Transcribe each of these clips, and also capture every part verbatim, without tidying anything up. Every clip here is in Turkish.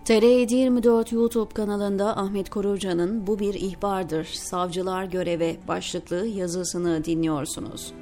T R yedi yirmi dört YouTube kanalında Ahmet Koruca'nın "Bu bir ihbardır, savcılar göreve" başlıklı yazısını dinliyorsunuz.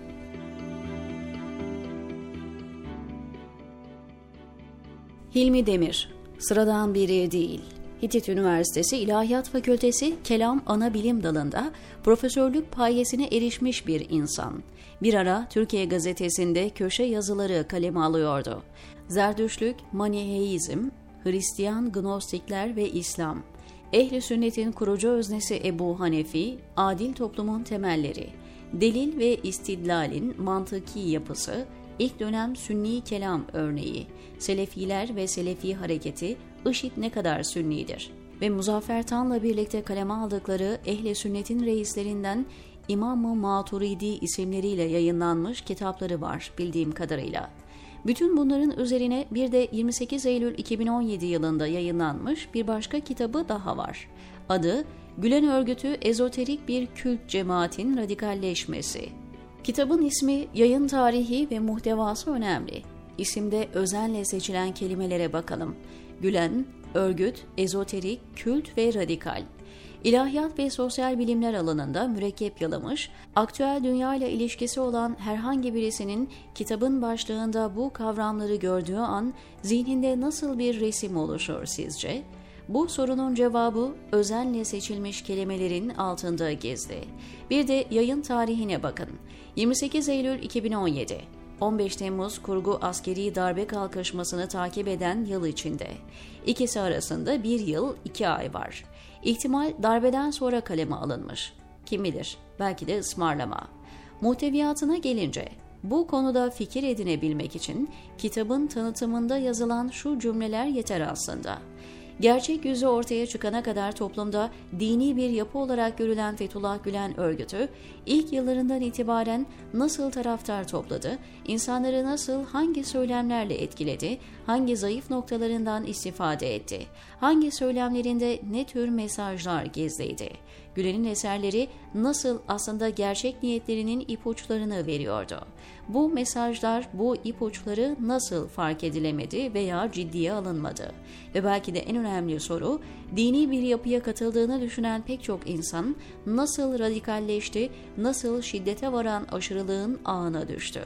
Hilmi Demir, sıradan biri değil. Hitit Üniversitesi İlahiyat Fakültesi Kelam Anabilim Dalı'nda profesörlük payesine erişmiş bir insan. Bir ara Türkiye Gazetesi'nde köşe yazıları kaleme alıyordu. Zerdüştlük, Maniheizm, Hristiyan Gnostikler ve İslam, Ehl-i Sünnet'in kurucu öznesi Ebu Hanefi, adil toplumun temelleri, delil ve istidlalin mantıki yapısı, ilk dönem Sünni kelam örneği, Selefiler ve Selefi hareketi, IŞİD ne kadar Sünnidir ve Muzaffer Tan'la birlikte kaleme aldıkları Ehl-i Sünnet'in reislerinden İmam-ı Maturidi isimleriyle yayınlanmış kitapları var bildiğim kadarıyla. Bütün bunların üzerine bir de yirmi sekiz Eylül iki bin on yedi yılında yayınlanmış bir başka kitabı daha var. Adı Gülen Örgütü Ezoterik Bir Kült Cemaatin Radikalleşmesi. Kitabın ismi, yayın tarihi ve muhtevası önemli. İsimde özenle seçilen kelimelere bakalım. Gülen, örgüt, ezoterik, kült ve radikal. İlahiyat ve sosyal bilimler alanında mürekkep yalamış, aktüel dünya ile ilişkisi olan herhangi birisinin kitabın başlığında bu kavramları gördüğü an zihninde nasıl bir resim oluşur sizce? Bu sorunun cevabı özenle seçilmiş kelimelerin altında gizli. Bir de yayın tarihine bakın. yirmi sekiz Eylül iki bin on yedi. on beş Temmuz kurgu askeri darbe kalkışmasını takip eden yıl içinde. İkisi arasında bir yıl iki ay var. İhtimal darbeden sonra kaleme alınmış. Kim bilir, belki de ısmarlama. Muhteviyatına gelince, bu konuda fikir edinebilmek için kitabın tanıtımında yazılan şu cümleler yeter aslında. Gerçek yüzü ortaya çıkana kadar toplumda dini bir yapı olarak görülen Fethullah Gülen örgütü, ilk yıllarından itibaren nasıl taraftar topladı, insanları nasıl hangi söylemlerle etkiledi, hangi zayıf noktalarından istifade etti, hangi söylemlerinde ne tür mesajlar gizliydi. Gülen'in eserleri nasıl aslında gerçek niyetlerinin ipuçlarını veriyordu. Bu mesajlar, bu ipuçları nasıl fark edilemedi veya ciddiye alınmadı? Ve belki de en önemli soru, dini bir yapıya katıldığını düşünen pek çok insan nasıl radikalleşti, nasıl şiddete varan aşırılığın ağına düştü?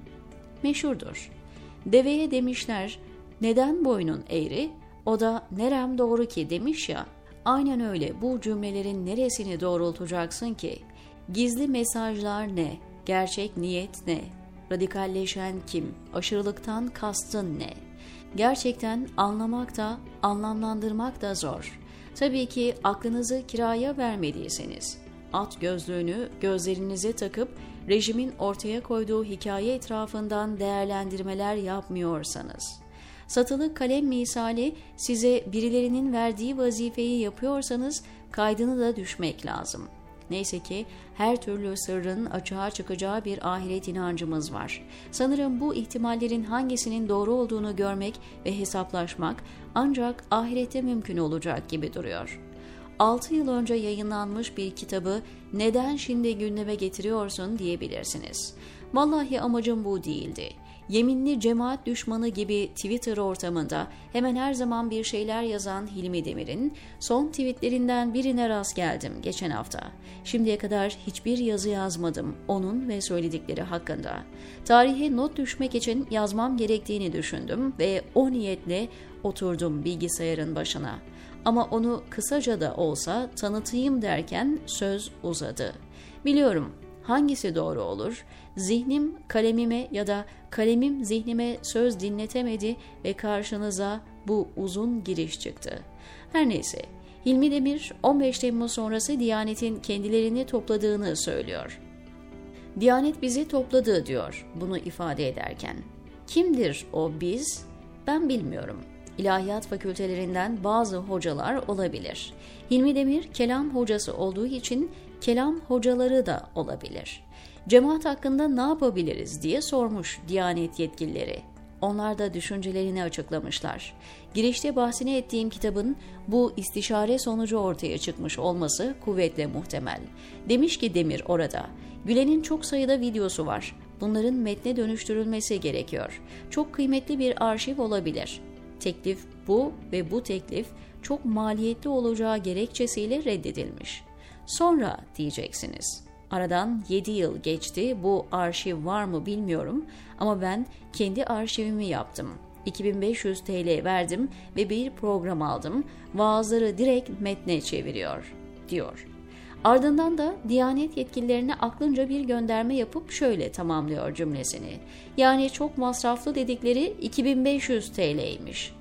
Meşhurdur. Deveye demişler, neden boynun eğri? O da nerem doğru ki demiş ya. Aynen öyle, bu cümlelerin neresini doğrultacaksın ki? Gizli mesajlar ne? Gerçek niyet ne? Radikalleşen kim? Aşırılıktan kastın ne? Gerçekten anlamak da, anlamlandırmak da zor. Tabii ki aklınızı kiraya vermediyseniz, at gözlüğünü gözlerinize takıp rejimin ortaya koyduğu hikaye etrafından değerlendirmeler yapmıyorsanız, satılık kalem misali size birilerinin verdiği vazifeyi yapıyorsanız kaydını da düşmek lazım. Neyse ki her türlü sırrın açığa çıkacağı bir ahiret inancımız var. Sanırım bu ihtimallerin hangisinin doğru olduğunu görmek ve hesaplaşmak ancak ahirette mümkün olacak gibi duruyor. altı yıl önce yayınlanmış bir kitabı neden şimdi gündeme getiriyorsun diyebilirsiniz. Vallahi amacım bu değildi. Yeminli cemaat düşmanı gibi Twitter ortamında hemen her zaman bir şeyler yazan Hilmi Demir'in son tweetlerinden birine rast geldim geçen hafta. Şimdiye kadar hiçbir yazı yazmadım onun ve söyledikleri hakkında. Tarihe not düşmek için yazmam gerektiğini düşündüm ve o niyetle oturdum bilgisayarın başına. Ama onu kısaca da olsa tanıtayım derken söz uzadı. Biliyorum. Hangisi doğru olur? Zihnim kalemime ya da kalemim zihnime söz dinletemedi ve karşınıza bu uzun giriş çıktı. Her neyse, Hilmi Demir on beş Temmuz sonrası Diyanet'in kendilerini topladığını söylüyor. Diyanet bizi topladı diyor bunu ifade ederken. Kimdir o biz? Ben bilmiyorum. İlahiyat fakültelerinden bazı hocalar olabilir. Hilmi Demir kelam hocası olduğu için kelam hocaları da olabilir. Cemaat hakkında ne yapabiliriz diye sormuş Diyanet yetkilileri. Onlar da düşüncelerini açıklamışlar. Girişte bahsini ettiğim kitabın bu istişare sonucu ortaya çıkmış olması kuvvetle muhtemel. Demiş ki Demir orada, Gülen'in çok sayıda videosu var. Bunların metne dönüştürülmesi gerekiyor. Çok kıymetli bir arşiv olabilir. Teklif bu ve bu teklif çok maliyetli olacağı gerekçesiyle reddedilmiş. Sonra diyeceksiniz. Aradan yedi yıl geçti, bu arşiv var mı bilmiyorum ama ben kendi arşivimi yaptım. iki bin beş yüz TL verdim ve bir program aldım. Vaazları direkt metne çeviriyor, diyor. Ardından da Diyanet yetkililerine aklınca bir gönderme yapıp şöyle tamamlıyor cümlesini. Yani çok masraflı dedikleri iki bin beş yüz TL'ymiş.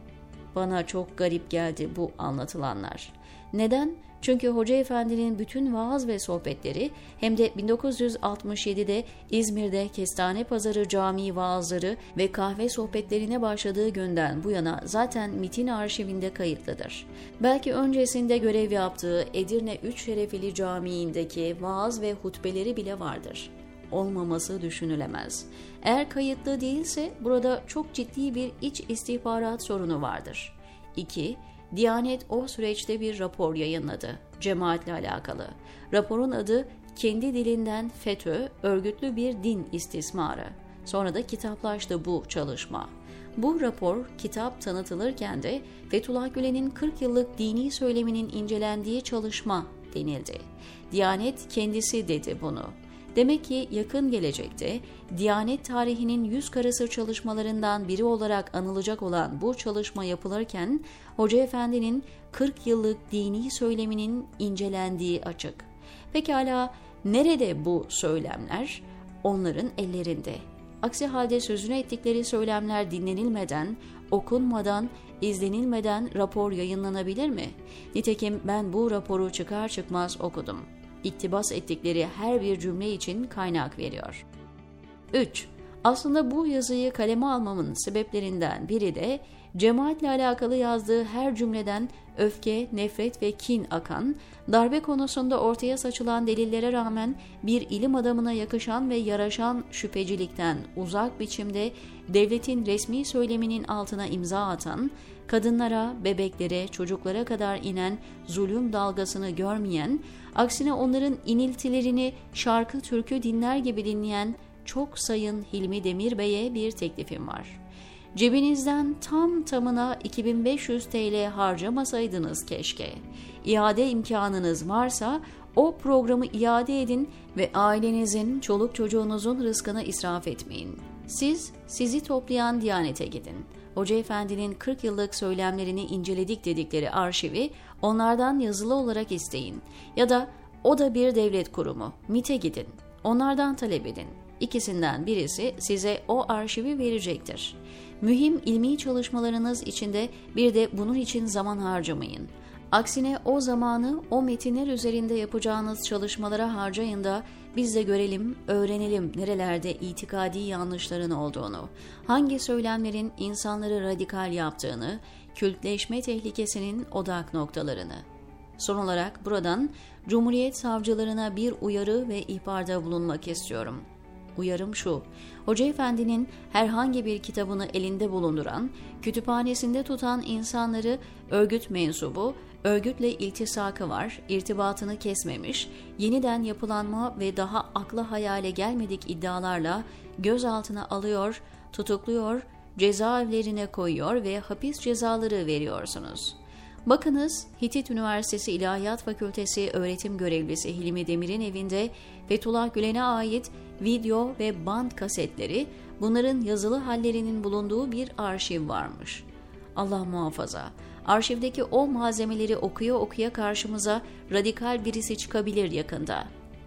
Bana çok garip geldi bu anlatılanlar. Neden? Çünkü Hoca Efendi'nin bütün vaaz ve sohbetleri hem de bin dokuz yüz altmış yedide İzmir'de Kestane Pazarı Camii vaazları ve kahve sohbetlerine başladığı günden bu yana zaten MİT'in arşivinde kayıtlıdır. Belki öncesinde görev yaptığı Edirne Üç Şerefeli Camii'ndeki vaaz ve hutbeleri bile vardır. Olmaması düşünülemez. Eğer kayıtlı değilse burada çok ciddi bir iç istihbarat sorunu vardır. İki Diyanet o süreçte bir rapor yayınladı, cemaatle alakalı. Raporun adı kendi dilinden FETÖ, örgütlü bir din istismarı. Sonra da kitaplaştı bu çalışma. Bu rapor kitap tanıtılırken de Fethullah Gülen'in kırk yıllık dini söyleminin incelendiği çalışma denildi. Diyanet kendisi dedi bunu. Demek ki yakın gelecekte Diyanet tarihinin yüz karası çalışmalarından biri olarak anılacak olan bu çalışma yapılırken Hoca Efendi'nin kırk yıllık dini söyleminin incelendiği açık. Pekala nerede bu söylemler? Onların ellerinde. Aksi halde sözünü ettikleri söylemler dinlenilmeden, okunmadan, izlenilmeden rapor yayınlanabilir mi? Nitekim ben bu raporu çıkar çıkmaz okudum. İktibas ettikleri her bir cümle için kaynak veriyor. üç. Aslında bu yazıyı kaleme almamın sebeplerinden biri de cemaatle alakalı yazdığı her cümleden öfke, nefret ve kin akan, darbe konusunda ortaya saçılan delillere rağmen bir ilim adamına yakışan ve yaraşan şüphecilikten uzak biçimde devletin resmi söyleminin altına imza atan, kadınlara, bebeklere, çocuklara kadar inen zulüm dalgasını görmeyen, aksine onların iniltilerini şarkı türkü dinler gibi dinleyen çok sayın Hilmi Demir Bey'e bir teklifim var. Cebinizden tam tamına iki bin beş yüz TL harcamasaydınız keşke. İade imkanınız varsa o programı iade edin ve ailenizin, çoluk çocuğunuzun rızkını israf etmeyin. Siz, sizi toplayan Diyanet'e gidin. Hoca Efendi'nin kırk yıllık söylemlerini inceledik dedikleri arşivi onlardan yazılı olarak isteyin. Ya da o da bir devlet kurumu, MİT'e gidin. Onlardan talep edin. İkisinden birisi size o arşivi verecektir. Mühim ilmi çalışmalarınız içinde bir de bunun için zaman harcamayın. Aksine o zamanı o metinler üzerinde yapacağınız çalışmalara harcayın da biz de görelim, öğrenelim nerelerde itikadi yanlışların olduğunu, hangi söylemlerin insanları radikal yaptığını, kültleşme tehlikesinin odak noktalarını. Son olarak buradan Cumhuriyet savcılarına bir uyarı ve ihbarda bulunmak istiyorum. Uyarım şu, Hoca Efendi'nin herhangi bir kitabını elinde bulunduran, kütüphanesinde tutan insanları örgüt mensubu, örgütle iltisakı var, irtibatını kesmemiş, yeniden yapılanma ve daha akla hayale gelmedik iddialarla gözaltına alıyor, tutukluyor, cezaevlerine koyuyor ve hapis cezaları veriyorsunuz. Bakınız, Hitit Üniversitesi İlahiyat Fakültesi öğretim görevlisi Hilmi Demir'in evinde Fethullah Gülen'e ait video ve band kasetleri, bunların yazılı hallerinin bulunduğu bir arşiv varmış. Allah muhafaza, arşivdeki o malzemeleri okuya okuya karşımıza radikal birisi çıkabilir yakında.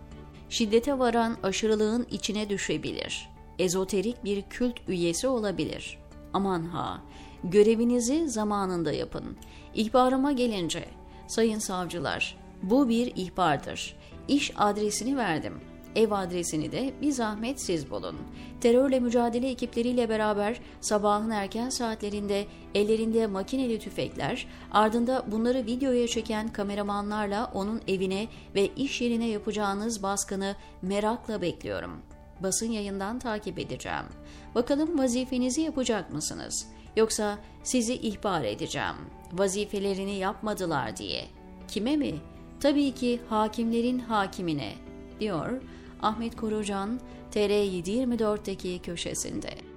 Şiddete varan aşırılığın içine düşebilir. Ezoterik bir kült üyesi olabilir. Aman ha, görevinizi zamanında yapın. İhbarıma gelince, sayın savcılar, bu bir ihbardır. İş adresini verdim. Ev adresini de bir zahmet siz bulun. Terörle mücadele ekipleriyle beraber sabahın erken saatlerinde ellerinde makineli tüfekler, ardında bunları videoya çeken kameramanlarla onun evine ve iş yerine yapacağınız baskını merakla bekliyorum. Basın yayından takip edeceğim. Bakalım vazifenizi yapacak mısınız? Yoksa sizi ihbar edeceğim. Vazifelerini yapmadılar diye. Kime mi? Tabii ki hakimlerin hakimine, diyor Ahmet Korucan T R yedi yirmi dört'teki köşesinde.